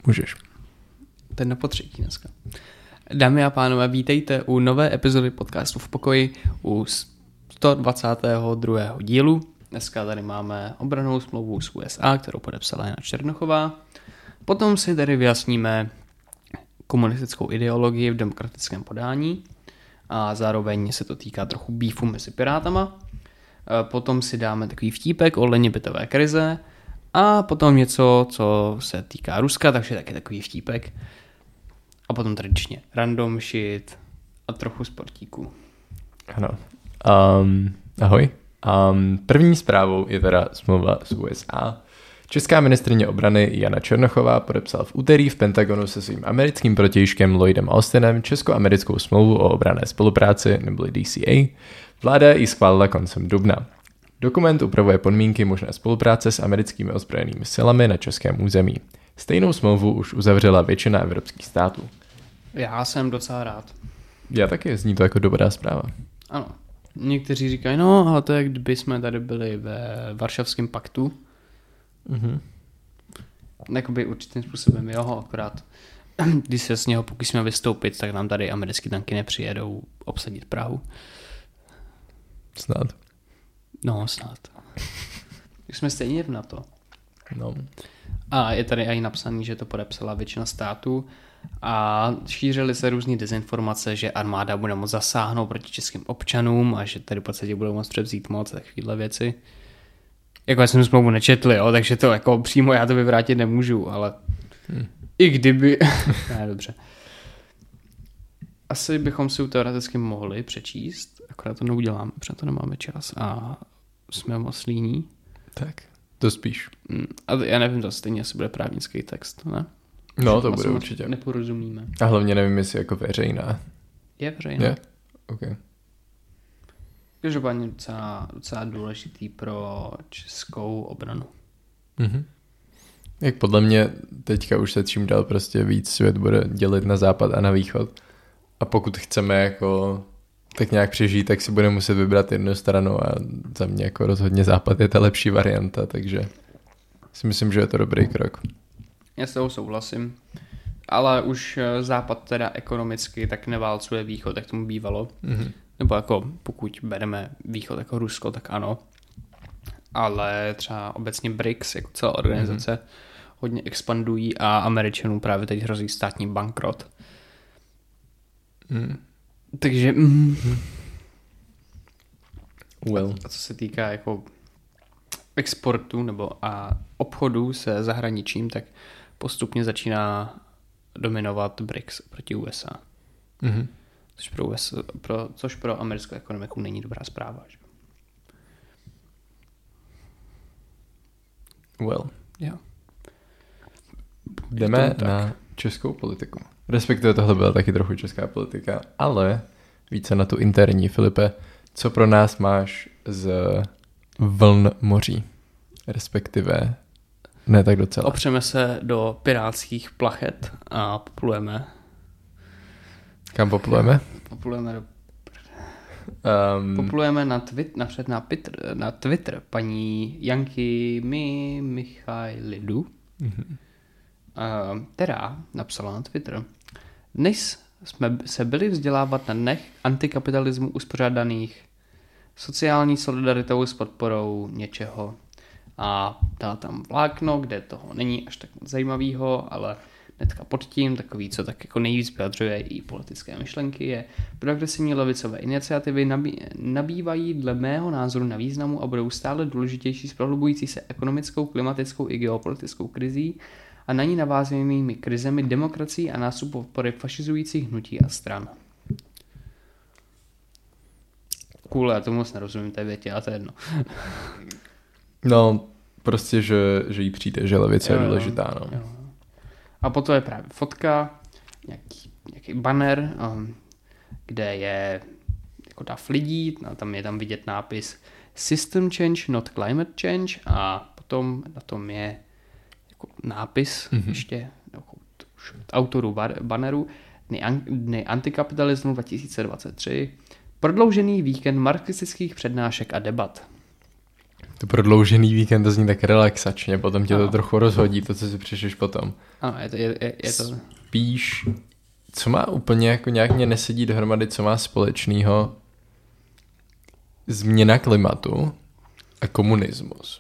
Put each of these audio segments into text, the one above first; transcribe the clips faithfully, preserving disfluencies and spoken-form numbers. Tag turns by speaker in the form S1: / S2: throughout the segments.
S1: Můžeš.
S2: Ten na potřetí dneska. Dámy a pánové, vítejte u nové epizody podcastu V pokoji u sto dvacátého druhého dílu. Dneska tady máme obrannou smlouvu s U S A, kterou podepsala Jana Černochová. Potom si tady vyjasníme komunistickou ideologii v demokratickém podání a zároveň se to týká trochu bífu mezi pirátama. Potom si dáme takový vtípek o leni bytové krize a potom něco, co se týká Ruska, takže taky takový vtípek. A potom tradičně random shit a trochu sportíků.
S1: Ano. Um, ahoj. Um, první zprávou je teda smlouva s U S A. Česká ministryně obrany Jana Černochová podepsala v úterý v Pentagonu se svým americkým protějškem Lloydem Austinem česko-americkou smlouvu o obranné spolupráci, neboli D C A. Vláda ji schválila koncem dubna. Dokument upravuje podmínky možné spolupráce s americkými ozbrojenými silami na českém území. Stejnou smlouvu už uzavřela většina evropských států.
S2: Já jsem docela rád.
S1: Já taky, zní to jako dobrá zpráva.
S2: Ano. Někteří říkají, no, ale to je, kdyby jsme tady byli ve Varšavském paktu.
S1: Mhm.
S2: Jakoby určitým způsobem, jo, akorát když se z něho pokusíme vystoupit, tak nám tady americké tanky nepřijedou obsadit Prahu.
S1: Snad.
S2: No, snad. Jsme stejně v NATO.
S1: No.
S2: A je tady i napsaný, že to podepsala většina států a šířily se různý dezinformace, že armáda bude moct zasáhnout proti českým občanům a že tady v podstatě budou moct převzít moc a takovéhle věci. Jako já jsem smlouvu nečetl, jo, takže to jako přímo já to vyvrátit nemůžu, ale hmm. i kdyby... ne, dobře. Asi bychom si teoreticky mohli přečíst, akorát to neuděláme, protože to nemáme čas a jsme moc líní.
S1: Tak, to spíš.
S2: A já nevím, to stejně asi bude právnický text, ne?
S1: No, to bude určitě.
S2: Neporozumíme.
S1: A hlavně nevím, jestli jako veřejná.
S2: Je veřejná.
S1: Je? OK.
S2: Každopádně docela, docela důležitý pro českou obranu.
S1: Mhm. Jak podle mě teďka už se čím dál prostě víc svět bude dělit na západ a na východ. A pokud chceme jako tak nějak přežít, tak si budeme muset vybrat jednu stranu a za mě jako rozhodně západ je ta lepší varianta, takže si myslím, že je to dobrý krok.
S2: Já s toho souhlasím, ale už západ teda ekonomicky tak neválcuje východ, jak tomu bývalo. Mm-hmm. Nebo jako pokud bereme východ jako Rusko, tak ano. Ale třeba obecně B R I C S jako celá organizace mm-hmm. hodně expandují a Američanům právě teď hrozí státní bankrot. Mm. Takže... Mm.
S1: Well.
S2: A co se týká jako exportu nebo a obchodu se zahraničím, tak postupně začíná dominovat B R I C S proti U S A. Mm-hmm. Což pro, U S A, pro, což pro americkou ekonomiku není dobrá zpráva. Že?
S1: Well.
S2: Jo.
S1: Jdeme na českou politiku. Respektive tohle byla taky trochu česká politika, ale více na tu interní. Filipe, co pro nás máš z vln moří? Respektive ne tak docela.
S2: Opřeme se do pirátských plachet a poplujeme.
S1: Kam poplujeme?
S2: Poplujeme do...
S1: Um,
S2: Poplujeme na, twit, napřed na, Twitter, na Twitter paní Janky Mi Michailidu, mm-hmm. uh, která napsala na Twitter: Dnes jsme se byli vzdělávat na dnech antikapitalismu uspořádaných sociální solidaritou s podporou něčeho. A dala tam vlákno, kde toho není až tak moc zajímavého, ale hnedka pod tím, takový, co tak jako nejvíc vyjadřuje i politické myšlenky, je: progresivní levicové iniciativy nabí, nabývají dle mého názoru na významu a budou stále důležitější s prohlubující se ekonomickou, klimatickou i geopolitickou krizí a na ní navázenými krizemi demokracií a nástup podpory fašizujících hnutí a stran. Cool, já tomu moc nerozumím té větě, a to je jedno.
S1: No, prostě, že, že jí přijde, že levice jo, je důležitá, no.
S2: Jo. A potom je právě fotka, nějaký, nějaký banner, um, kde je jako dáv lidí, a tam je tam vidět nápis System change, not climate change, a potom na tom je jako nápis mm-hmm. ještě jako, od autorů banneru Dny antikapitalismu dva tisíce dvacet tři, prodloužený víkend marxistických přednášek a debat.
S1: to prodloužený víkend to zní tak relaxačně, potom tě
S2: ano.
S1: to trochu rozhodí, to, co si přečteš potom.
S2: Ano, je to, je, je, je to...
S1: Spíš, co má úplně jako nějak mě nesedí dohromady, co má společného změna klimatu a komunismus.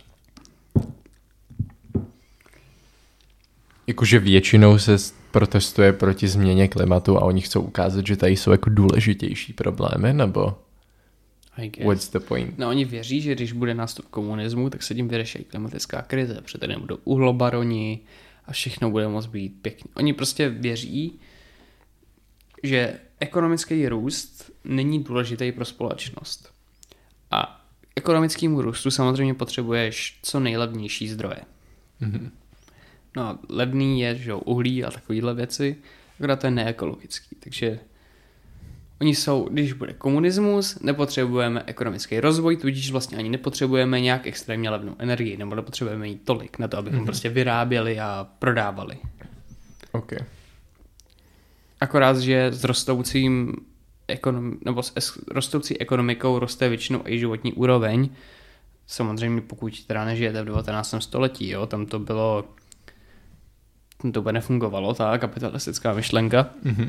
S1: Jakože většinou se protestuje proti změně klimatu a oni chcou ukázat, že tady jsou jako důležitější problémy, nebo what's the point?
S2: No oni věří, že když bude nástup komunismu, tak se tím vyřeší klimatická krize, protože tady nebudou uhlobaroni a všechno bude moct být pěkně. Oni prostě věří, že ekonomický růst není důležitý pro společnost. A ekonomickému růstu samozřejmě potřebuješ co nejlevnější zdroje.
S1: Mm-hmm.
S2: No a levný je, že uhlí a takovéhle věci, akorát to je neekologický. Takže oni jsou, když bude komunismus, nepotřebujeme ekonomický rozvoj, tudíž vlastně ani nepotřebujeme nějak extrémně levnou energii, nebo nepotřebujeme jí tolik na to, abychom mm-hmm. prostě vyráběli a prodávali.
S1: Okay.
S2: Akorát, že s rostoucím ekonom, nebo s es, rostoucí ekonomikou roste většinou i životní úroveň. Samozřejmě pokud teda nežijete v devatenáctém století, jo, tam to bylo, tam to by nefungovalo, ta kapitalistická myšlenka. Mm-hmm.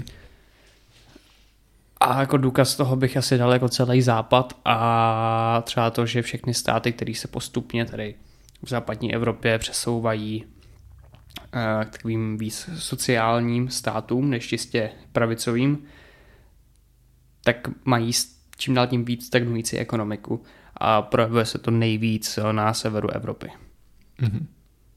S2: A jako důkaz toho bych asi dal jako celý západ a třeba to, že všechny státy, které se postupně tady v západní Evropě přesouvají k takovým víc sociálním státům než čistě pravicovým, tak mají čím dál tím víc stagnující ekonomiku a projevuje se to nejvíc na severu Evropy. Mm-hmm.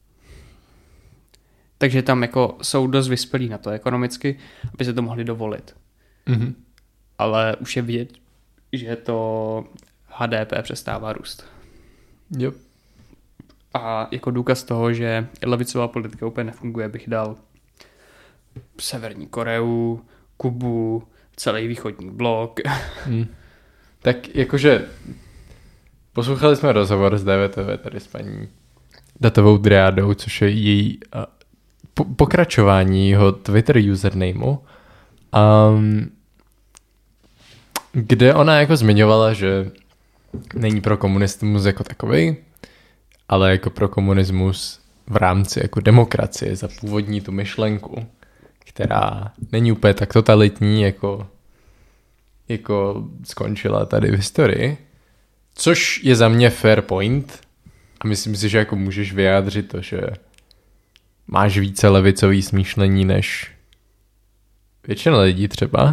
S2: Takže tam jako jsou dost vyspělí na to ekonomicky, aby se to mohli dovolit. Mm-hmm. Ale už je vidět, že to H D P přestává růst.
S1: Yep.
S2: A jako důkaz toho, že levicová politika úplně nefunguje, bych dal Severní Koreu, Kubu, celý východní blok.
S1: Hmm. Tak jakože poslouchali jsme rozhovor z D V T V tady s paní Datovou Driádou, což je její uh, po- pokračování jeho Twitter usernameu, um, kde ona jako zmiňovala, že není pro komunismus jako takovej, ale jako pro komunismus v rámci jako demokracie za původní tu myšlenku, která není úplně tak totalitní, jako, jako skončila tady v historii, což je za mě fair point a myslím si, že jako můžeš vyjádřit to, že máš více levicový smýšlení než většina lidí třeba,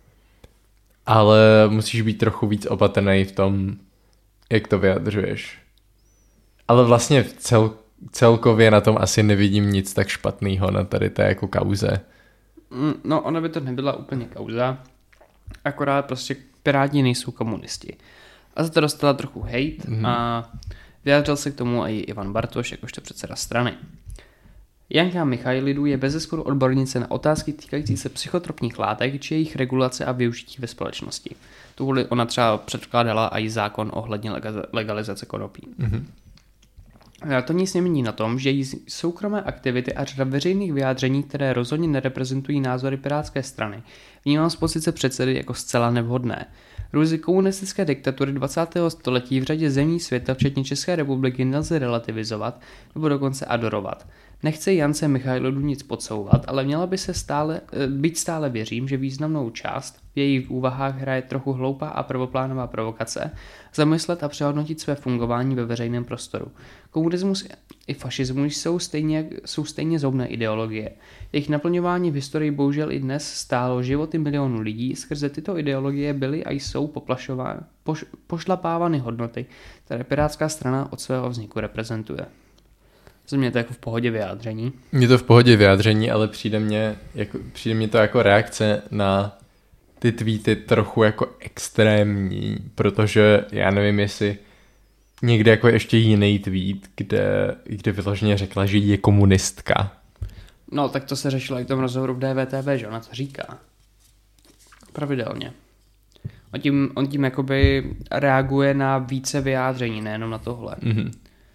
S1: ale musíš být trochu víc opatrný v tom, jak to vyjadřuješ. Ale vlastně v cel, celkově na tom asi nevidím nic tak špatného na tady té jako kauze.
S2: No, ona by to nebyla úplně kauza, akorát prostě Piráti nejsou komunisti. A za to dostala trochu hejt mm. a vyjádřil se k tomu i Ivan Bartoš, jakožto předseda strany. Janka Michailidou je bezesporu odbornice na otázky týkající se psychotropních látek či jejich regulace a využití ve společnosti. Tuhle ona třeba předkládala i zákon ohledně legalizace konopí. Mm-hmm. To nic nemění na tom, že její soukromé aktivity a řada veřejných vyjádření, které rozhodně nereprezentují názory Pirátské strany, vnímám z pozice předsedy jako zcela nevhodné. Růzy komunistické diktatury dvacátého století v řadě zemí světa, včetně České republiky, nelze relativizovat nebo dokonce adorovat. Nechce Jance Michailidou nic podsouvat, ale měla by se stále, být stále věřím, že významnou část v jejich úvahách hraje trochu hloupá a prvoplánová provokace, zamyslet a přehodnotit své fungování ve veřejném prostoru. Komunismus i fašismus jsou stejně, jsou stejně zhoubné ideologie. Jejich naplňování v historii bohužel i dnes stálo životy milionů lidí, skrze tyto ideologie byly a jsou poplašovány, poš, pošlapávány hodnoty, které Pirátská strana od svého vzniku reprezentuje. Za mě to jako v pohodě vyjádření.
S1: Mně to v pohodě vyjádření, ale přijde mě, jako, přijde mě to jako reakce na ty tweety trochu jako extrémní, protože já nevím, jestli někde jako ještě jiný tweet, kde, kde vyloženě řekla, že je komunistka.
S2: No, tak to se řešilo i v tom rozhovoru v D V T V, že ona to říká. Pravidelně. On tím, on tím jakoby reaguje na více vyjádření, nejenom na tohle.
S1: Mhm.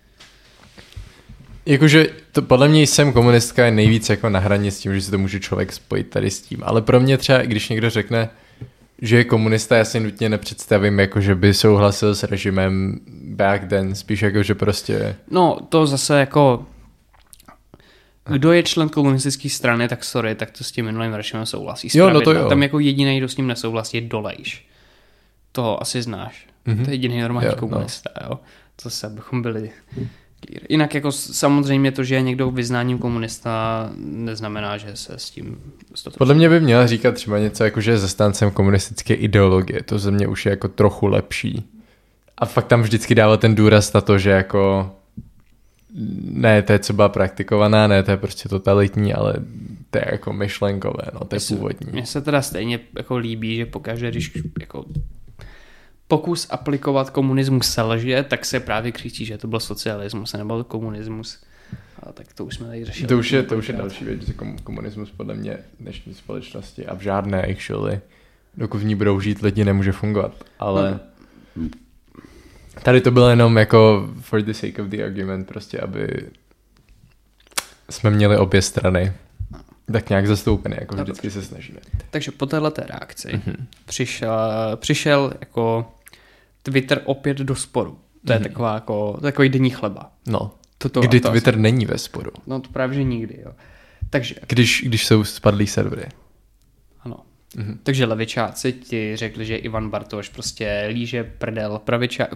S1: Jakože to podle mě jsem komunistka je nejvíc jako na hraně s tím, že si to může člověk spojit tady s tím. Ale pro mě třeba, když někdo řekne, že komunista já si nutně nepředstavím, jako že by souhlasil s režimem back then, spíš jako, že prostě...
S2: No, to zase jako... Kdo je člen komunistické strany, tak sorry, tak to s tím minulým režimem souhlasí.
S1: Jo, no to jo.
S2: Tam jako jediný, kdo s ním nesouhlasí, je Dolejš. Toho asi znáš. Mm-hmm. To je jediný normální jo, komunista, no. Jo. To se, abychom byli... Jinak jako samozřejmě to, že je někdo vyznáním komunista, neznamená, že se s tím...
S1: Podle mě by měl říkat třeba něco jako, že je zastáncem komunistické ideologie. To ze mě už je jako trochu lepší. A fakt tam vždycky dává ten důraz na to, že jako... Ne, to je třeba praktikovaná, ne, to je prostě totalitní, ale to je jako myšlenkové, no, to je
S2: Mně
S1: původní.
S2: Mně se teda stejně jako líbí, že pokaždé, když jako pokus aplikovat komunismus selže, tak se právě křičí, že to byl socialismus, nebo komunismus. A tak to už jsme tady řešili.
S1: To už je, to už je další věc, že komunismus podle mě dnešní společnosti a v žádné actually, dokud v ní budou žít lidi, nemůže fungovat, ale... No. Tady to bylo jenom jako for the sake of the argument, prostě aby jsme měli obě strany tak nějak zastoupené, jako no, vždycky dobře. Se snažíme.
S2: Takže po téhleté reakci mm-hmm. přišel, přišel jako Twitter opět do sporu. To je mm-hmm. taková jako, takový denní chleba.
S1: No, Toto, kdy to Twitter asi... není ve sporu.
S2: No to právě, že nikdy, jo. Takže...
S1: Když, když jsou spadlý servery.
S2: Ano. Mm-hmm. Takže levičáci ti řekli, že Ivan Bartoš prostě líže prdel pravičák...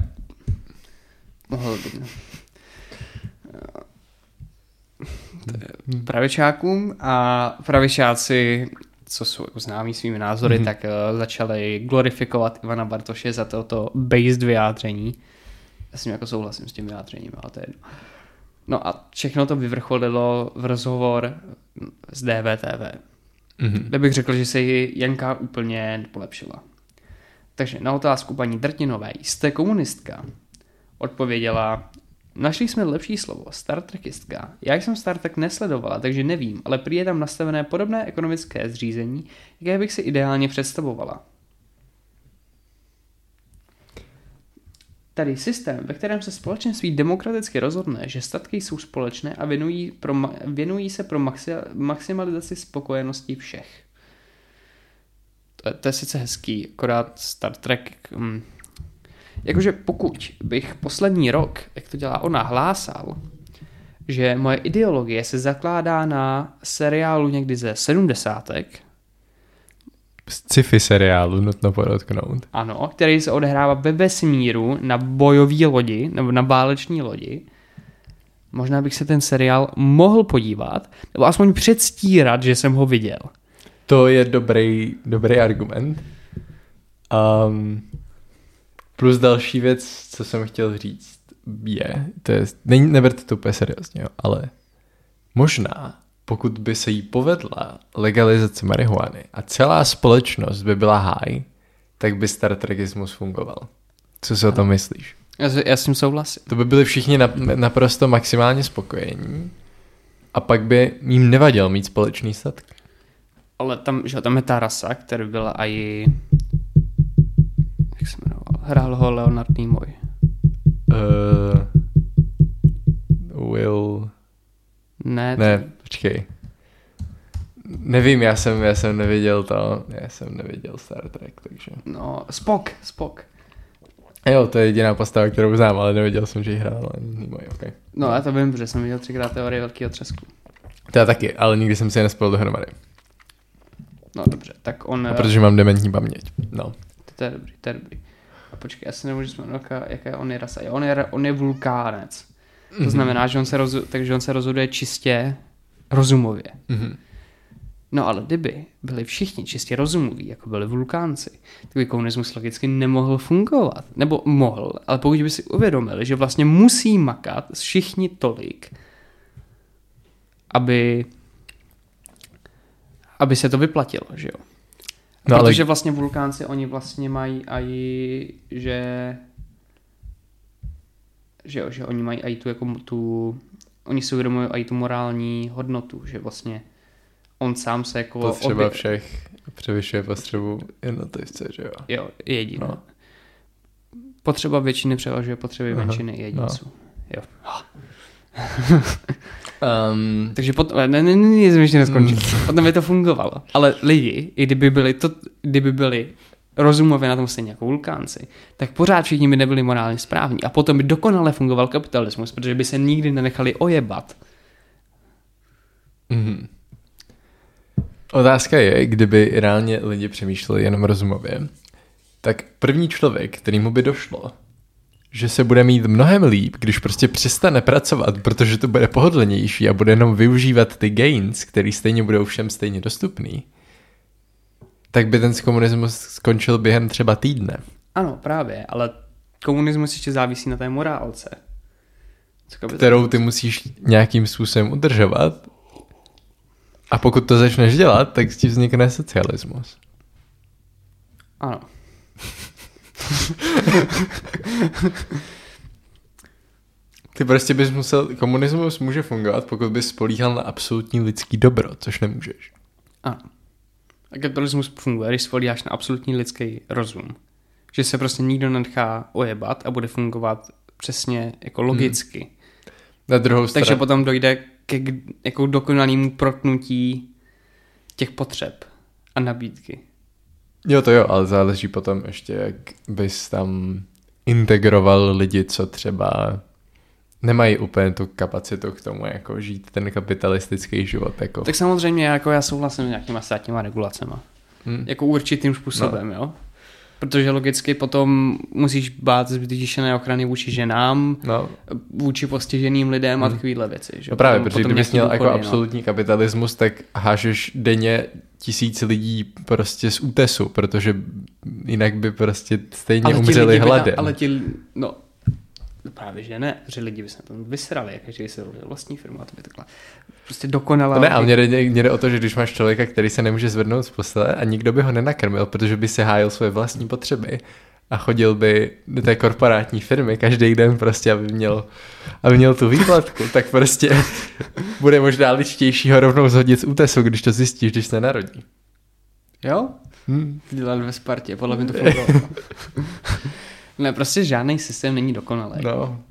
S2: pravičákům a pravičáci, co jsou jako známí svými názory, mm-hmm. tak uh, začali glorifikovat Ivana Bartoše za toto based vyjádření. Já s ním jako souhlasím s tím vyjádřením, ale to je jedno. No a všechno to vyvrcholilo v rozhovor z D V T V. Mm-hmm. Kde bych řekl, že se jí Janka úplně polepšila. Takže na otázku paní Drtinové, jste komunistka? Odpověděla, našli jsme lepší slovo, Star Trekistka. Já jsem Star Trek nesledovala, takže nevím, ale prý je tam nastavené podobné ekonomické zřízení, jaké bych si ideálně představovala. Tady systém, ve kterém se společenství demokraticky rozhodne, že statky jsou společné a věnují, pro, věnují se pro maxi, maximalizaci spokojenosti všech. To je, to je sice hezký, akorát Star Trek... Hm, jakože pokud bych poslední rok, jak to dělá ona, hlásal, že moje ideologie se zakládá na seriálu někdy ze sedmdesátek.
S1: Sci-fi seriálu, nutno podotknout.
S2: Ano, který se odehrává ve vesmíru na bojové lodi, nebo na váleční lodi. Možná bych se ten seriál mohl podívat, nebo aspoň předstírat, že jsem ho viděl.
S1: To je dobrý, dobrý argument. Um... Plus další věc, co jsem chtěl říct, je, to je, ne, neberte to úplně seriózně, ale možná, pokud by se jí povedla legalizace marihuany a celá společnost by byla high, tak by Star Trekismus fungoval. Co si o tom myslíš?
S2: Já, já s tím souhlasím.
S1: To by byli všichni naprosto maximálně spokojení a pak by jim nevadil mít společný statky.
S2: Ale tam, že tam je ta rasa, která byla i... Jak se jmenoval? Hrál ho Leonard Nimoy.
S1: Uh, Will...
S2: Ne.
S1: Ne, to... počkej. Nevím, já jsem, já jsem neviděl to, já jsem neviděl Star Trek, takže...
S2: No, Spock, Spock.
S1: Jo, to je jediná postava, kterou znám, ale neviděl jsem, že ji hrál Leonard Nimoy, ok.
S2: No, já to vím, protože jsem viděl třikrát Teorii velkého třesku.
S1: To já taky, ale nikdy jsem si je nespojil dohromady.
S2: No, dobře, tak on...
S1: A protože mám dementní paměť, no.
S2: To je dobrý, to je dobrý. A počkej, já si nemůžu vzpomenout, jaká on je rasa. On je, on je vulkánec. To mm-hmm. znamená, že on, se roz, takže on se rozhoduje čistě rozumově. Mm-hmm. No ale kdyby byli všichni čistě rozumoví, jako byli vulkánci, tak by komunismus logicky nemohl fungovat. Nebo mohl, ale pokud by si uvědomili, že vlastně musí makat všichni tolik, aby, aby se to vyplatilo, že jo. No, protože ale... vlastně vulkánci, oni vlastně mají i, že že jo, že oni mají i tu jako tu, oni si uvědomují i tu morální hodnotu, že vlastně on sám se jako...
S1: Potřeba obě... všech převyšuje potřebu jednotlivce, že jo?
S2: Jo, jediný. No. Potřeba většiny převažuje potřeby Aha, menšiny jedinců. No. Jo. um, Takže potom, ne, ne, ne, ne, ještě neskončil. Mm. Potom by to fungovalo. Ale lidi, i kdyby byli, to, kdyby byli rozumově na tom stejně jako vulkánci, tak pořád všichni by nebyli morálně správní a potom by dokonale fungoval kapitalismus, protože by se nikdy nenechali ojebat.
S1: Mm. Otázka je, kdyby reálně lidi přemýšleli jenom rozumově, tak první člověk, kterýmu by došlo, že se bude mít mnohem líp, když prostě přestane pracovat, protože to bude pohodlnější a bude jenom využívat ty gains, který stejně budou všem stejně dostupný, tak by ten komunismus skončil během třeba týdne.
S2: Ano, právě, ale komunismus ještě závisí na té morálce.
S1: Kterou ty musíš nějakým způsobem udržovat. A pokud to začneš dělat, tak ti vznikne socialismus.
S2: Ano.
S1: Ty prostě bys musel, komunismus může fungovat, pokud bys spolíhal na absolutní lidský dobro, což nemůžeš.
S2: Ano. A kapitalismus funguje, když spolíháš na absolutní lidský rozum. Že se prostě nikdo nenechá ojebat a bude fungovat přesně jako logicky. Hmm.
S1: Na druhou stranu.
S2: Takže potom dojde ke jako dokonalému protnutí těch potřeb a nabídky.
S1: Jo, to jo, ale záleží potom ještě, jak bys tam integroval lidi, co třeba nemají úplně tu kapacitu k tomu, jako žít ten kapitalistický život. Jako.
S2: Tak samozřejmě jako já souhlasím s nějakýma státníma regulacema. Hmm. Jako určitým způsobem, no. Jo. Protože logicky potom musíš bát zvýšené ochrany vůči ženám, no. vůči postiženým lidem hmm. a takovýhle věci. Že?
S1: No právě,
S2: potom,
S1: protože
S2: potom
S1: kdybys měl
S2: důchody,
S1: jako absolutní no. kapitalismus, tak hážeš denně tisíc lidí prostě z útesu, protože jinak by prostě stejně ale umřeli hladem.
S2: Ale ti, no, právě že ne, že lidi by se na tom vysrali, každý si robil vlastní firmu a to by takhle prostě dokonala.
S1: Ne, ale mě jde, mě jde o to, že když máš člověka, který se nemůže zvednout z postele a nikdo by ho nenakrmil, protože by se hájil svoje vlastní potřeby a chodil by do té korporátní firmy každý den prostě, aby měl, aby měl tu výplatku, tak prostě bude možná ličtější ho rovnou zhodit z útesu, když to zjistíš, když se narodí.
S2: Jo? Hmm. Dělal ve Spartě, podle mě to fungovalo. Ne, prostě žádný systém není dokonalý.
S1: No.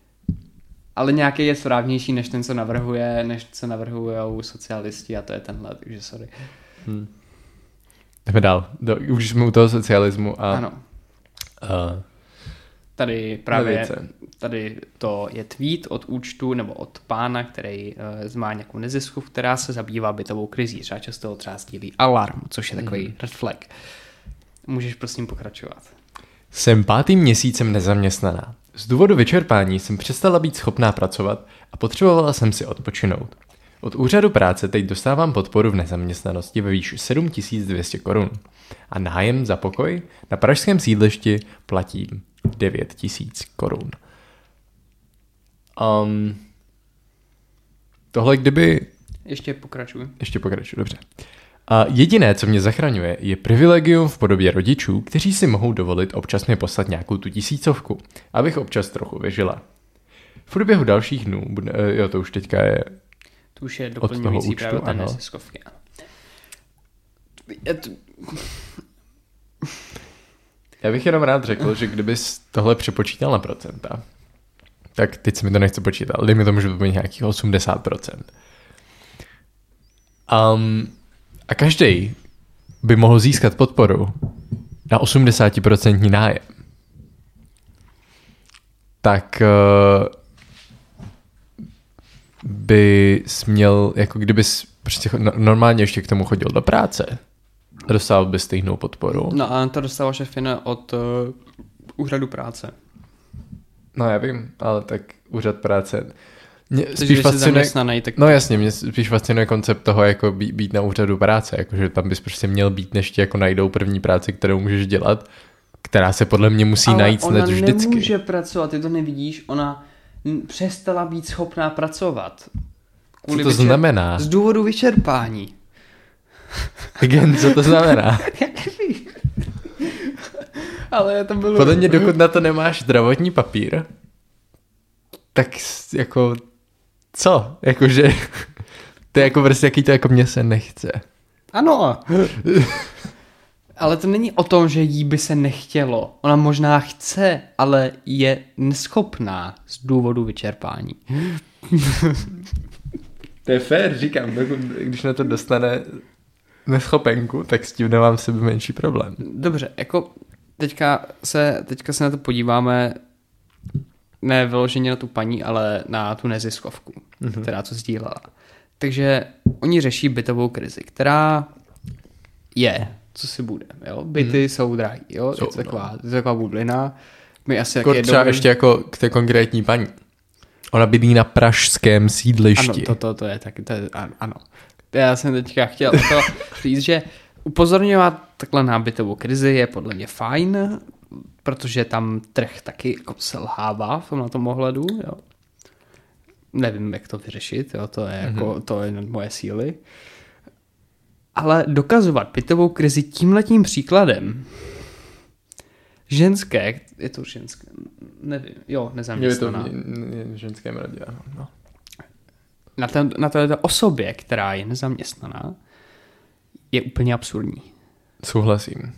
S2: Ale nějaký je správnější, než ten, co navrhuje, než co navrhujou socialisti a to je tenhle, takže sorry.
S1: Hmm. Jdeme dál. Do, už jsme u toho socialismu a...
S2: Ano.
S1: Uh,
S2: tady právě, tady to je tweet od účtu nebo od pána, který uh, má nějakou nezisku, která se zabývá bytovou krizí. Třeba často třeba sdílí alarm, což je takový hmm. red flag. Můžeš prosím pokračovat.
S1: Jsem pátým měsícem nezaměstnaná. Z důvodu vyčerpání jsem přestala být schopná pracovat a potřebovala jsem si odpočinout. Od úřadu práce teď dostávám podporu v nezaměstnanosti ve výši sedm tisíc dvě stě korun a nájem za pokoj na pražském sídlišti platím devět tisíc korun. Um, tohle kdyby...
S2: Ještě pokračuj.
S1: Ještě pokračuj, dobře. A jediné, co mě zachraňuje, je privilegium v podobě rodičů, kteří si mohou dovolit občas mi poslat nějakou tu tisícovku, abych občas trochu vyžila. V průběhu dalších dnů, bude, jo, to už teďka je
S2: to už je doplňující právě té neziskovky. To...
S1: Já bych jenom rád řekl, že kdybys tohle přepočítal na procenta, tak teď se mi to nechce počítat, ale mi to může být nějakých osmdesát procent. Um, a každý by mohl získat podporu na osmdesát procent nájem. Tak uh, bys měl, jako kdybys prostě normálně ještě k tomu chodil do práce, dostal bys stejnou podporu.
S2: No a to dostáváš šefina od uh, úřadu práce.
S1: No já vím, ale tak úřad práce... Mě
S2: Což
S1: spíš fascinuje,
S2: tak...
S1: No jasně, mě spíš fascinuje koncept toho, jako být, být na úřadu práce, jakože tam bys prostě měl být, než ti jako najdou první práci, kterou můžeš dělat, která se podle mě musí
S2: ale
S1: najít snad vždycky.
S2: Ale ona nemůže pracovat, ty to nevidíš, ona přestala být schopná pracovat.
S1: Kvůli co to vyčer... znamená?
S2: Z důvodu vyčerpání.
S1: Again, co to znamená?
S2: Já nevím. Ale to bylo...
S1: Podle mě, dokud na to nemáš zdravotní papír, tak jako co? Jakože to je jako prostě jaký to jako mně se nechce.
S2: Ano. Ale to není o tom, že jí by se nechtělo. Ona možná chce, ale je neschopná z důvodu vyčerpání.
S1: To je fér, říkám, když na to dostane neschopenku, tak s tím nemám v sebe menší problém.
S2: Dobře, jako teďka se, teďka se na to podíváme ne vyloženě na tu paní, ale na tu neziskovku, mm-hmm. která to sdílela. Takže oni řeší bytovou krizi, která je, co si bude, jo? Byty mm. jsou drahý, jo? Jsou, je to taková, no. taková bublina. My asi
S1: jako třeba jednou... ještě jako k té konkrétní paní. Ona bydlí na pražském sídlišti.
S2: Ano, to, to, to je taky, to je, ano. Já jsem teďka chtěl to říct, že upozorňovat takhle na bytovou krizi je podle mě fajn, protože tam trh taky jako selhává v tomhle tom ohledu, jo. Nevím, jak to vyřešit, jo, to je jako, mm-hmm. to je nad moje síly. Ale dokazovat bytovou krizi tímhletím příkladem, ženské, je to ženské, nevím, jo, nezaměstnaná.
S1: Je to je ženské mladě, no.
S2: Na, ten, na této osobě, která je nezaměstnaná, je úplně absurdní.
S1: Souhlasím.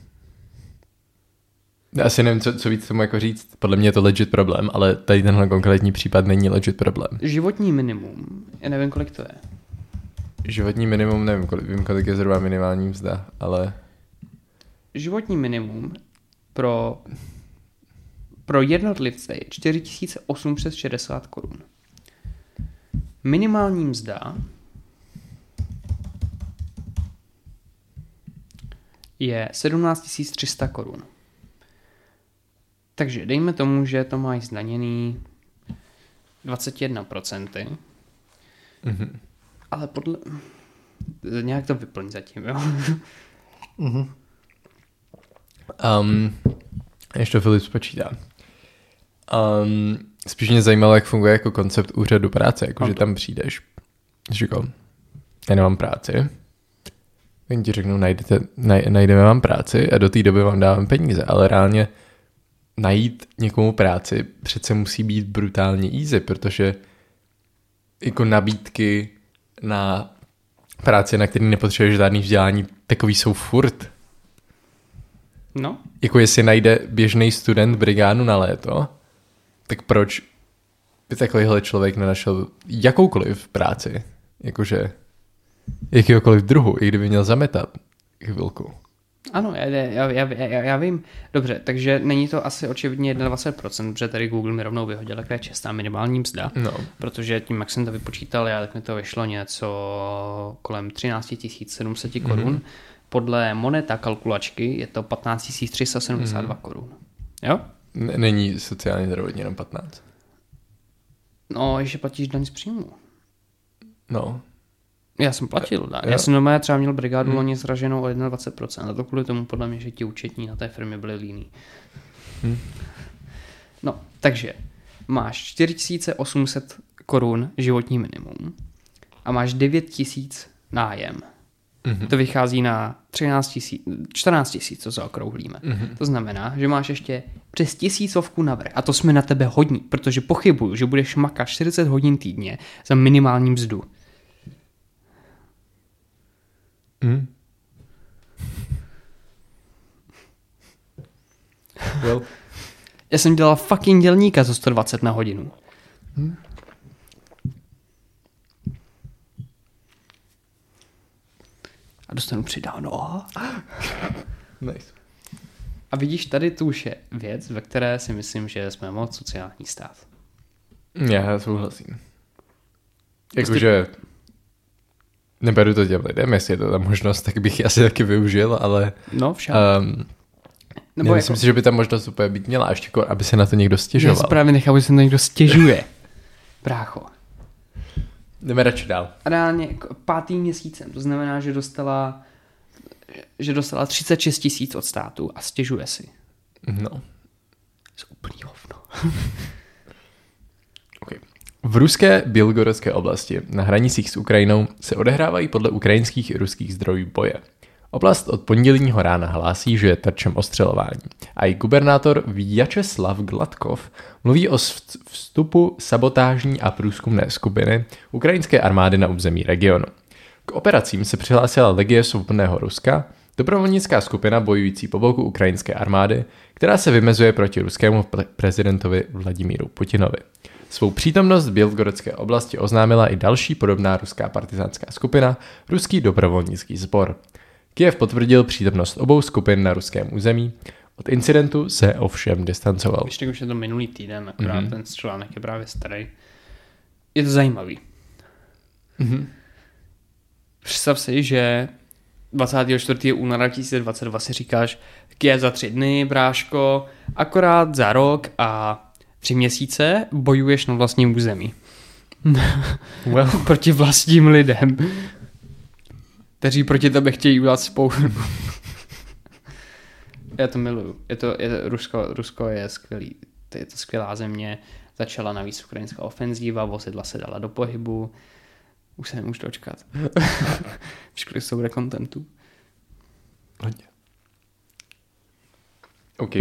S1: Já asi nevím, co, co víc tomu jako říct. Podle mě je to legit problém, ale tady tenhle konkrétní případ není legit problém.
S2: Životní minimum, já nevím, kolik to je.
S1: Životní minimum, nevím, kolik, vím, kolik je zhruba minimální mzda, ale...
S2: Životní minimum pro, pro jednotlivce je čtyři tisíce osm set šedesát korun. Minimální mzda je sedmnáct tisíc tři sta korun. Takže dejme tomu, že to máš zdaněný dvacet jedna procent.
S1: Mm-hmm.
S2: Ale podle... Nějak to vyplň zatím, jo?
S1: Mm-hmm. Um, ještě to Filip spočítá. Um, spíš mě zajímalo, jak funguje jako koncept úřadu práce, jako že tam přijdeš, říkám, já nemám práci, oni ti řeknou, najdete, naj, najdeme vám práci a do té doby vám dávám peníze, ale reálně najít někomu práci přece musí být brutálně easy, protože jako nabídky na práci, na který nepotřebuješ žádný vzdělání, takový jsou furt.
S2: No.
S1: Jako jestli najde běžný student brigádu na léto, tak proč by takovýhle člověk nenašel jakoukoliv práci? Jakože jakýkoliv druhu, i kdyby měl zametat chvilku.
S2: Ano, já, já, já, já, já vím. Dobře, takže není to asi očividně dvacet jedna procent, protože tady Google mi rovnou vyhodil, jaká je čestná minimální mzda,
S1: no. Protože
S2: tím, jak jsem to vypočítal, já tak mi to vyšlo něco kolem třináct tisíc sedm set korun. Mm-hmm. Podle Moneta kalkulačky je to patnáct tisíc tři sta sedmdesát dva mm-hmm. korun. Jo?
S1: N- není sociálně zdravotně jenom patnáct.
S2: No, ještě platíš daň z příjmu.
S1: No.
S2: Já jsem platil, da. Já jsem normálně třeba měl brigádu hmm. loni zraženou o dvacet jedna procent a to kvůli tomu podle mě, že ti účetní na té firmě byli líní. Hmm. No, takže máš čtyři tisíce osm set korun životní minimum a máš devět tisíc nájem. Hmm. To vychází na třináct tisíc, čtrnáct tisíc, co zaokrouhlíme. Hmm. To znamená, že máš ještě přes tisícovku navrch a to jsme na tebe hodní, protože pochybuju, že budeš makat čtyřicet hodin týdně za minimální mzdu.
S1: Hmm. Well.
S2: Já jsem dělal fucking dělníka za sto dvacet na hodinu. Hmm. A dostanu přidáno.
S1: Nice.
S2: A vidíš, tady tu už je věc, ve které si myslím, že jsme moc sociální stát.
S1: Já souhlasím. Jakože neberu to těm lidem, jestli je to ta možnost, tak bych ji asi taky využil, ale
S2: no, však. Um,
S1: Nebo myslím jako... si, že by ta možnost úplně být měla, ještě jako, aby se na to někdo stěžoval.
S2: Já právě nechápu, že se na někdo stěžuje. Brácho.
S1: Jdeme radši dál.
S2: A reálně jako pátým měsícem, to znamená, že dostala že dostala třicet šest tisíc od státu a stěžuje si.
S1: No.
S2: To je úplný hovno.
S1: Okay. V ruské Bělgorodské oblasti na hranicích s Ukrajinou se odehrávají podle ukrajinských i ruských zdrojů boje. Oblast od pondělního rána hlásí, že je terčem ostřelování. A i gubernátor Vyacheslav Gladkov mluví o vstupu sabotážní a průzkumné skupiny ukrajinské armády na území regionu. K operacím se přihlásila Legie svobodného Ruska, dobrovolnická skupina bojující po boku ukrajinské armády, která se vymezuje proti ruskému prezidentovi Vladimíru Putinovi. Svou přítomnost v Bělgorodské oblasti oznámila i další podobná ruská partizánská skupina, Ruský dobrovolnický sbor. Kyjev potvrdil přítomnost obou skupin na ruském území. Od incidentu se ovšem distancoval.
S2: Ještě už je to minulý týden, akorát mm-hmm. ten článek je právě starý. Je to zajímavý.
S1: Mm-hmm.
S2: Představ si, že dvacátého čtvrtého února dva tisíce dvacet dva si říkáš, Kyjev za tři dny, bráško, akorát za rok a tři měsíce bojuješ na vlastním území.
S1: Well.
S2: Proti vlastním lidem, kteří proti tebe chtějí udělat spoustu. Já to miluju. Je to, je to, Rusko, Rusko je skvělý. To je to skvělá země. Začala navíc ukrajinská ofenzíva, vozidla se dala do pohybu. Už se nemůžu dočkat. Všechny jsou rekontentu.
S1: Hodně. OK.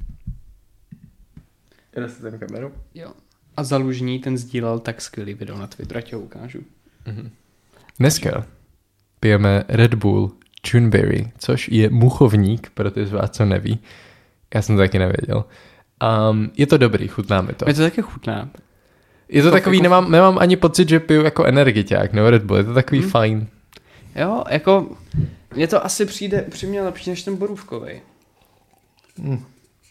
S1: Jde se ten kameru?
S2: Jo. A Zalužní ten sdílel tak skvělý video na Twitteru, ať ho ukážu.
S1: Mm-hmm. Dneska pijeme Red Bull Chunberry, což je muchovník, pro ty z vás, co neví. Já jsem to taky nevěděl. Um, je to dobrý, chutná mi to.
S2: Je to taky chutná.
S1: Je to,
S2: to
S1: takový, jako... nemám, nemám ani pocit, že piju jako energiťák, nebo Red Bull, je to takový hmm. fajn.
S2: Jo, jako, mně to asi přijde upřímně lepší než ten borůvkovej.
S1: Hmm.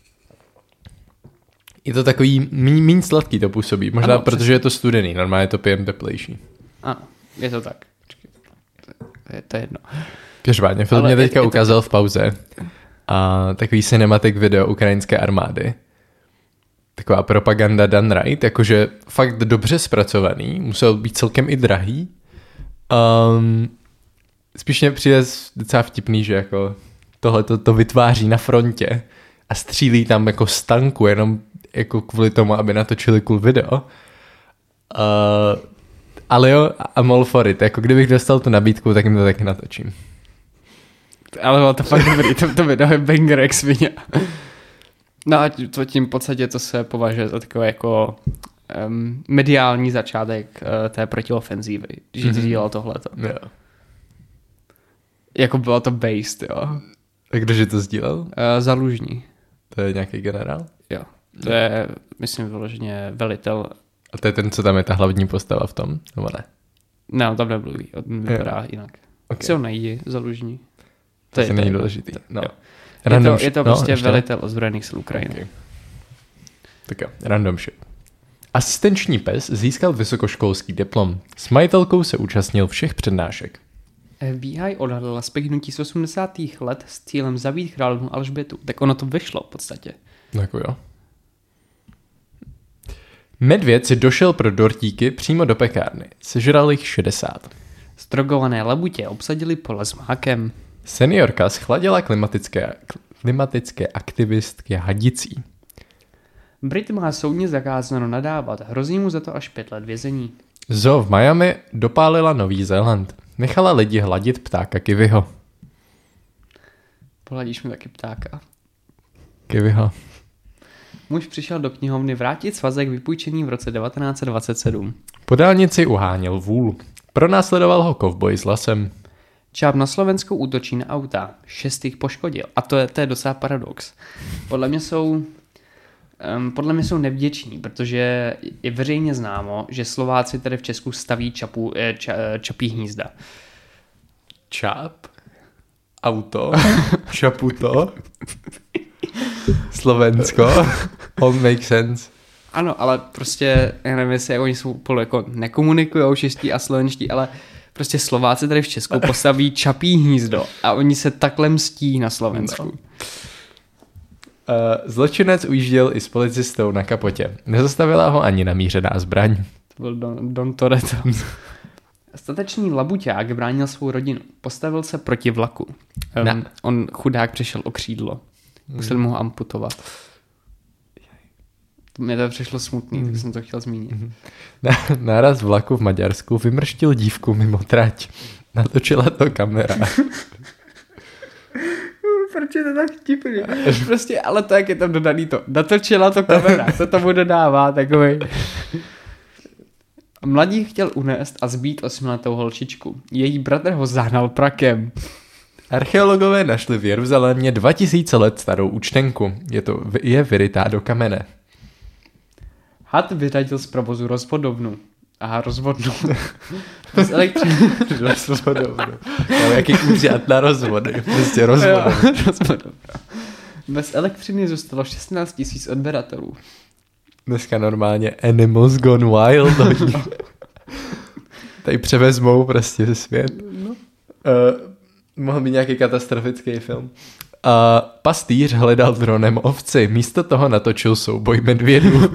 S1: Je to takový míň, míň sladký to působí, možná ano, protože přesně. Je to studený, normálně to pijem teplejší.
S2: Ano, je to tak. To je, to je jedno.
S1: Každopádně, Filip mě teďka je, je ukázal to... v pauze a takový cinematic video ukrajinské armády. Taková propaganda done right, jakože fakt dobře zpracovaný, musel být celkem i drahý. Um, spíš mě přijde docela vtipný, že jako tohle to, to vytváří na frontě a střílí tam jako z tanku, jenom jako kvůli tomu, aby natočili cool video. Uh, ale jo, I'm all for it. Jako kdybych dostal tu nabídku, tak jim to taky natočím.
S2: Ale bylo to fakt dobrý, to, to video je banger jak svině. No a to tím v podstatě to se považuje za takové jako um, mediální začátek uh, té protiofenzívy, že mm-hmm. ty dělal tohleto.
S1: Jo.
S2: Jako bylo to based, jo.
S1: A kdože to sdílel?
S2: Uh, Zalužní.
S1: To je nějaký generál?
S2: Jo. To je, myslím, vyloženě velitel.
S1: A to je ten, co tam je ta hlavní postava v tom? Nebo ne?
S2: Ne, on tam nemluví, on vypadá jinak. Okay. Si ho najdi, Zalužní.
S1: To, to je není důležitý. No.
S2: Je to, je to no, prostě velitel ozbrojených sil Ukrajiny. Okay.
S1: Tak jo, random shit. Asistenční pes získal vysokoškolský diplom. S majitelkou se účastnil všech přednášek.
S2: F B I odhalila spiknutí z osmdesátých let s cílem zabít královnu Alžbětu. Tak ono to vyšlo v podstatě.
S1: Tak jo. Medvěd si došel pro dortíky přímo do pekárny. Sežral jich šedesát.
S2: Zdrogované labutě obsadili pole s mákem.
S1: Seniorka schladila klimatické, klimatické aktivistky hadicí.
S2: Brit má soudně zakázáno nadávat, hrozí mu za to až pět let vězení.
S1: Zoo v Miami dopálila Nový Zéland. Nechala lidi hladit ptáka kiwiho.
S2: Pohladíš mi taky ptáka.
S1: Kiwiho.
S2: Muž přišel do knihovny vrátit svazek vypůjčený v roce devatenáct set dvacet sedm.
S1: Po dálnici uháněl vůl. Pronásledoval ho kovboj s lasem.
S2: Čáp na Slovensku útočí na auta. Šest jich poškodil. A to je, to je docela paradox. Podle mě jsou um, podle mě jsou nevděční, protože je veřejně známo, že Slováci tady v Česku staví čapu, ča, čapí hnízda.
S1: Čáp? Auto? Čaputo? Slovensko? All makes sense.
S2: Ano, ale prostě, já nevím, jestli oni jsou spolu jako nekomunikujou čeští a slovenští, ale prostě Slováci tady v Česku postaví čapí hnízdo a oni se takhle mstí na Slovensku. No. Uh,
S1: zločinec ujížděl i s policistou na kapotě. Nezastavila ho ani namířená zbraň.
S2: To byl Don, Don Toretto. Statečný labuťák bránil svou rodinu. Postavil se proti vlaku. Um, on chudák přišel o křídlo. Museli mu ho amputovat. Mně to přišlo smutný, tak jsem to chtěl zmínit.
S1: Náraz vlaku v Maďarsku vymrštil dívku mimo trať. Natočila to kamera.
S2: Proč je to tak vtipný? Prostě, ale tak je tam dodaný to. Natočila to kamera, co tomu dodává takovej. Mladík chtěl unést a zbít osmiletou holčičku. Její bratr ho zahnal prakem.
S1: Archeologové našli v Jeruzalémě dva tisíce let starou účtenku. Je to je vyrytá do kamene.
S2: Had vyřadil z provozu rozvodovnu. Aha, rozvodnou. Bez elektřiny.
S1: Rozvodnou. Ale jaký kůzat na rozvody. Prostě rozvodnou.
S2: Rozvodnou. Bez elektřiny zůstalo šestnáct tisíc odběratelů.
S1: Dneska normálně Animals Gone Wild. Tady převezmou prostě svět. No. Uh, mohl být nějaký katastrofický film. Uh, pastýř hledal dronem ovci. Místo toho natočil souboj medvědů.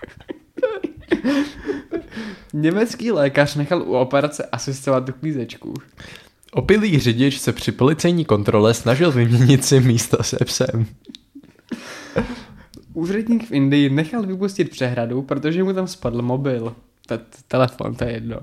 S2: Německý lékař nechal u operace asistovat uklízečku.
S1: Opilý řidič se při policejní kontrole snažil vyměnit si místo se psem.
S2: Úředník v Indii nechal vypustit přehradu, protože mu tam spadl mobil. T- telefon, to je jedno.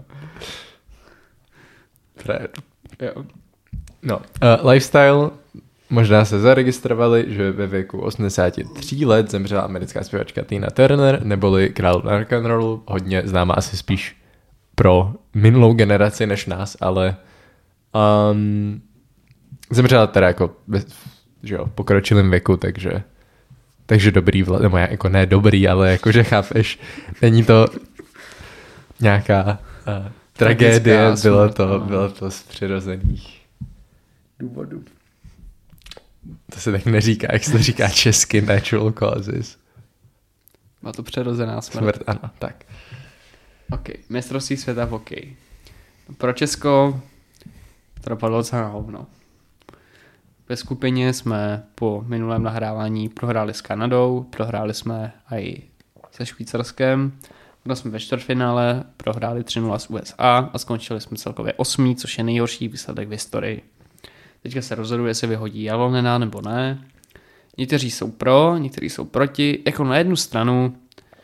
S1: Fred.
S2: Jo.
S1: No, uh, lifestyle. Možná se zaregistrovali, že ve věku osmdesát tři let zemřela americká zpěvačka Tina Turner, neboli král rock'n'rollu, hodně známá asi spíš pro minulou generaci než nás, ale um, zemřela teda jako že jo, v pokročilém věku, takže takže dobrý, vla, nebo jako ne dobrý, ale jakože chápeš, není to nějaká uh, tragédie, bylo to, bylo to z přirozených důvodů. To se tak neříká, jak se to říká česky, natural causes.
S2: Má to přirozená smrt.
S1: Smrt, ano, tak.
S2: Ok, mistrovství světa v hokeji. Pro Česko to dopadlo docela na hovno. Ve skupině jsme po minulém nahrávání prohráli s Kanadou, prohráli jsme i se Švýcarskem, potom jsme ve čtvrtfinále prohráli tři nula s U S A a skončili jsme celkově osmý, což je nejhorší výsledek v historii. Teďka se rozhoduje, jestli vyhodí Jalonena nebo ne. Někteří jsou pro, někteří jsou proti. Jako na jednu stranu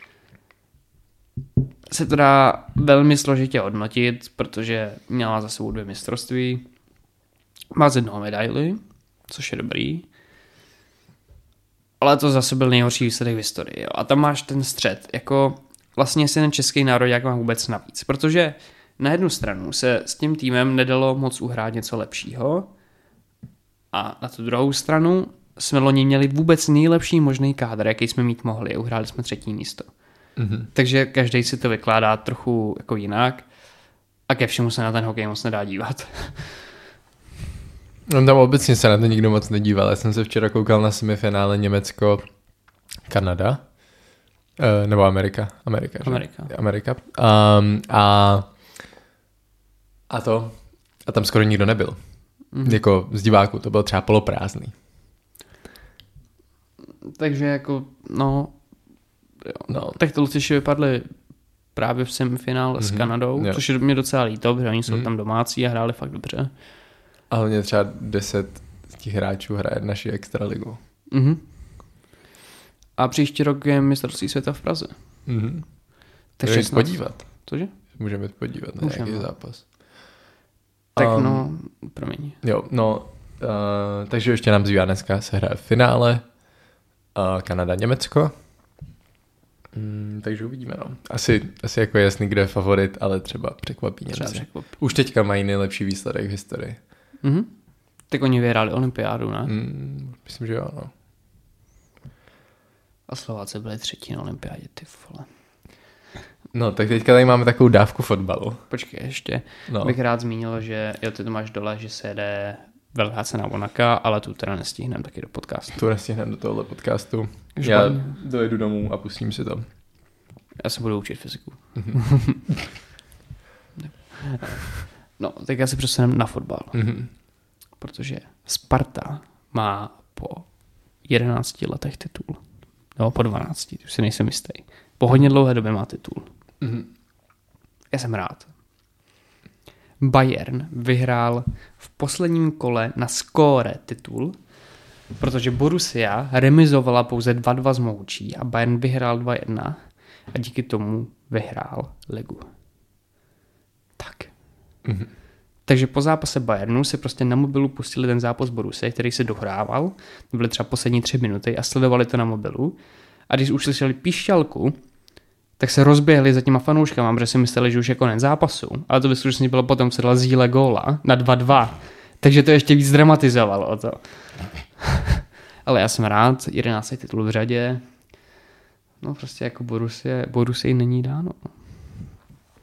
S2: se to dá velmi složitě hodnotit, protože měla za sebou dvě mistrovství. Má z jednoho medaily, což je dobrý. Ale to zase byl nejhorší výsledek v historii. Jo. A tam máš ten střed. Jako vlastně si ten český nároďák má vůbec navíc. Protože na jednu stranu se s tím týmem nedalo moc uhrát něco lepšího. A na tu druhou stranu jsme loni měli vůbec nejlepší možný kádr, jaký jsme mít mohli. A uhráli jsme třetí místo. Mm-hmm. Takže každý si to vykládá trochu jako jinak. A ke všemu se na ten hokej moc nedá dívat.
S1: No tam obecně se na to nikdo moc nedíval. Já jsem se včera koukal na semifinále Německo-Kanada. E, nebo Amerika. Amerika, že?
S2: Amerika.
S1: Amerika. Um, a, a to. A tam skoro nikdo nebyl. Mm. Jako z diváků. To bylo třeba poloprázdný.
S2: Takže jako, no, jo. no tak to Luciši vypadli právě v semifinále mm-hmm. s Kanadou, jo. Což je mě docela líto, protože oni jsou mm. tam domácí a hráli fakt dobře.
S1: A hlavně třeba deset z těch hráčů hraje naši extraligu.
S2: Mm-hmm. A příští rok je mistrovství světa v Praze.
S1: Mm-hmm. Takže jít podívat.
S2: Cože?
S1: Můžeme jít podívat na
S2: Můžeme.
S1: nějaký zápas.
S2: Tak
S1: um,
S2: no, promiň.
S1: Jo, no, uh, takže ještě nám zbývá dneska se hraje v finále uh, Kanada-Německo. Mm, takže uvidíme, no. Asi, asi jako jasný, kdo je favorit, ale třeba překvapí
S2: třeba
S1: Němci.
S2: překvapí.
S1: Už teďka mají nejlepší výsledek v historii.
S2: Mhm. Tak oni vyhráli olympiádu, ne?
S1: Mm, myslím, že jo, no.
S2: A Slováci byli třetí na olympiádě, ty vole.
S1: No, tak teďka tady máme takovou dávku fotbalu.
S2: Počkej, ještě
S1: no.
S2: bych rád zmínil, že jo, ty to máš dole, že se jede velká cena Monaka, ale tu teda nestihneme taky do podcastu.
S1: Tu nestihneme do tohohle podcastu.
S2: Že
S1: Já
S2: pan...
S1: dojedu domů a pustím si to.
S2: Já se budu učit fyziku. No, tak já se přesunem na fotbal. Mm-hmm. Protože Sparta má po jedenácti letech titul. No, po dvanácti, už si nejsem jistý. Po hodně dlouhé době má titul. Mm-hmm. Já jsem rád. Bayern vyhrál v posledním kole na skóre titul, protože Borussia remizovala pouze dva dva z Moučí a Bayern vyhrál dva jedna a díky tomu vyhrál ligu. Tak. Mm-hmm. Takže po zápase Bayernu si prostě na mobilu pustili ten zápas Borussia, který se dohrával, to byly třeba poslední tři minuty a sledovali to na mobilu a když už slyšeli píšťalku, tak se rozběhli za těma fanouškama, protože si mysleli, že už je konec zápasu. Ale to ve skutečnosti bylo potom, co dala Zíle góla na dva dva. Takže to ještě víc dramatizovalo o to. Ale já jsem rád, jedenáctý titul v řadě. No prostě jako Borussia, Borussia není dáno.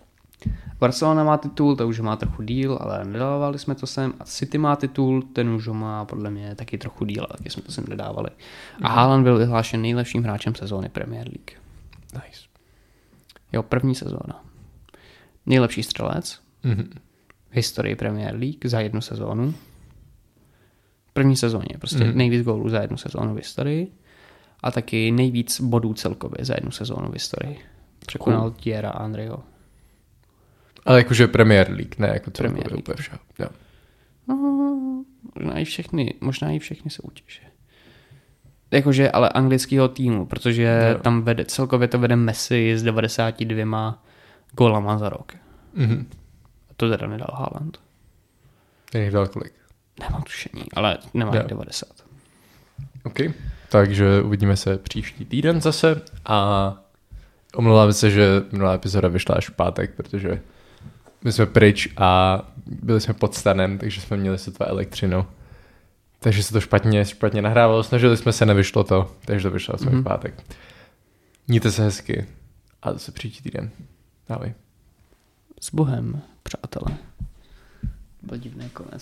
S2: Barcelona má titul, to už má trochu díl, ale nedávali jsme to sem. A City má titul, ten už ho má podle mě taky trochu díl, ale taky jsme to sem nedávali. A Haaland byl vyhlášen nejlepším hráčem sezóny Premier League.
S1: Nice.
S2: Jo, první sezóna. Nejlepší střelec
S1: Mm-hmm.
S2: v historii Premier League za jednu sezónu. První sezóně, prostě
S1: Mm-hmm.
S2: nejvíc gólů za jednu sezónu v historii. A taky nejvíc bodů celkově za jednu sezónu v historii. Překonal cool. Thierryho Henryho.
S1: Ale jakože Premier League, ne jako
S2: Premier
S1: celkově
S2: League.
S1: úplně všeho. Jo.
S2: No, možná i všechny, možná i všechny soutěže. Jakože, ale anglického týmu, protože
S1: jo.
S2: tam vede, celkově to vede Messi s devadesát dvěma gólama za rok.
S1: Mm-hmm.
S2: A to teda nedal Haaland.
S1: Ten jich dal kolik?
S2: Nemám tušení, ale nemá jich devadesát.
S1: OK, takže uvidíme se příští týden zase a omlouváme se, že minulá epizoda vyšla až v pátek, protože my jsme pryč a byli jsme pod stanem, takže jsme měli sotva elektřinu. Takže se to špatně, špatně nahrávalo, snažili jsme se, nevyšlo to, takže to vyšlo mm-hmm. v pátek. Mějte se hezky a zase příští týden. Ahoj.
S2: S Bohem, přátelé. Byl divný konec.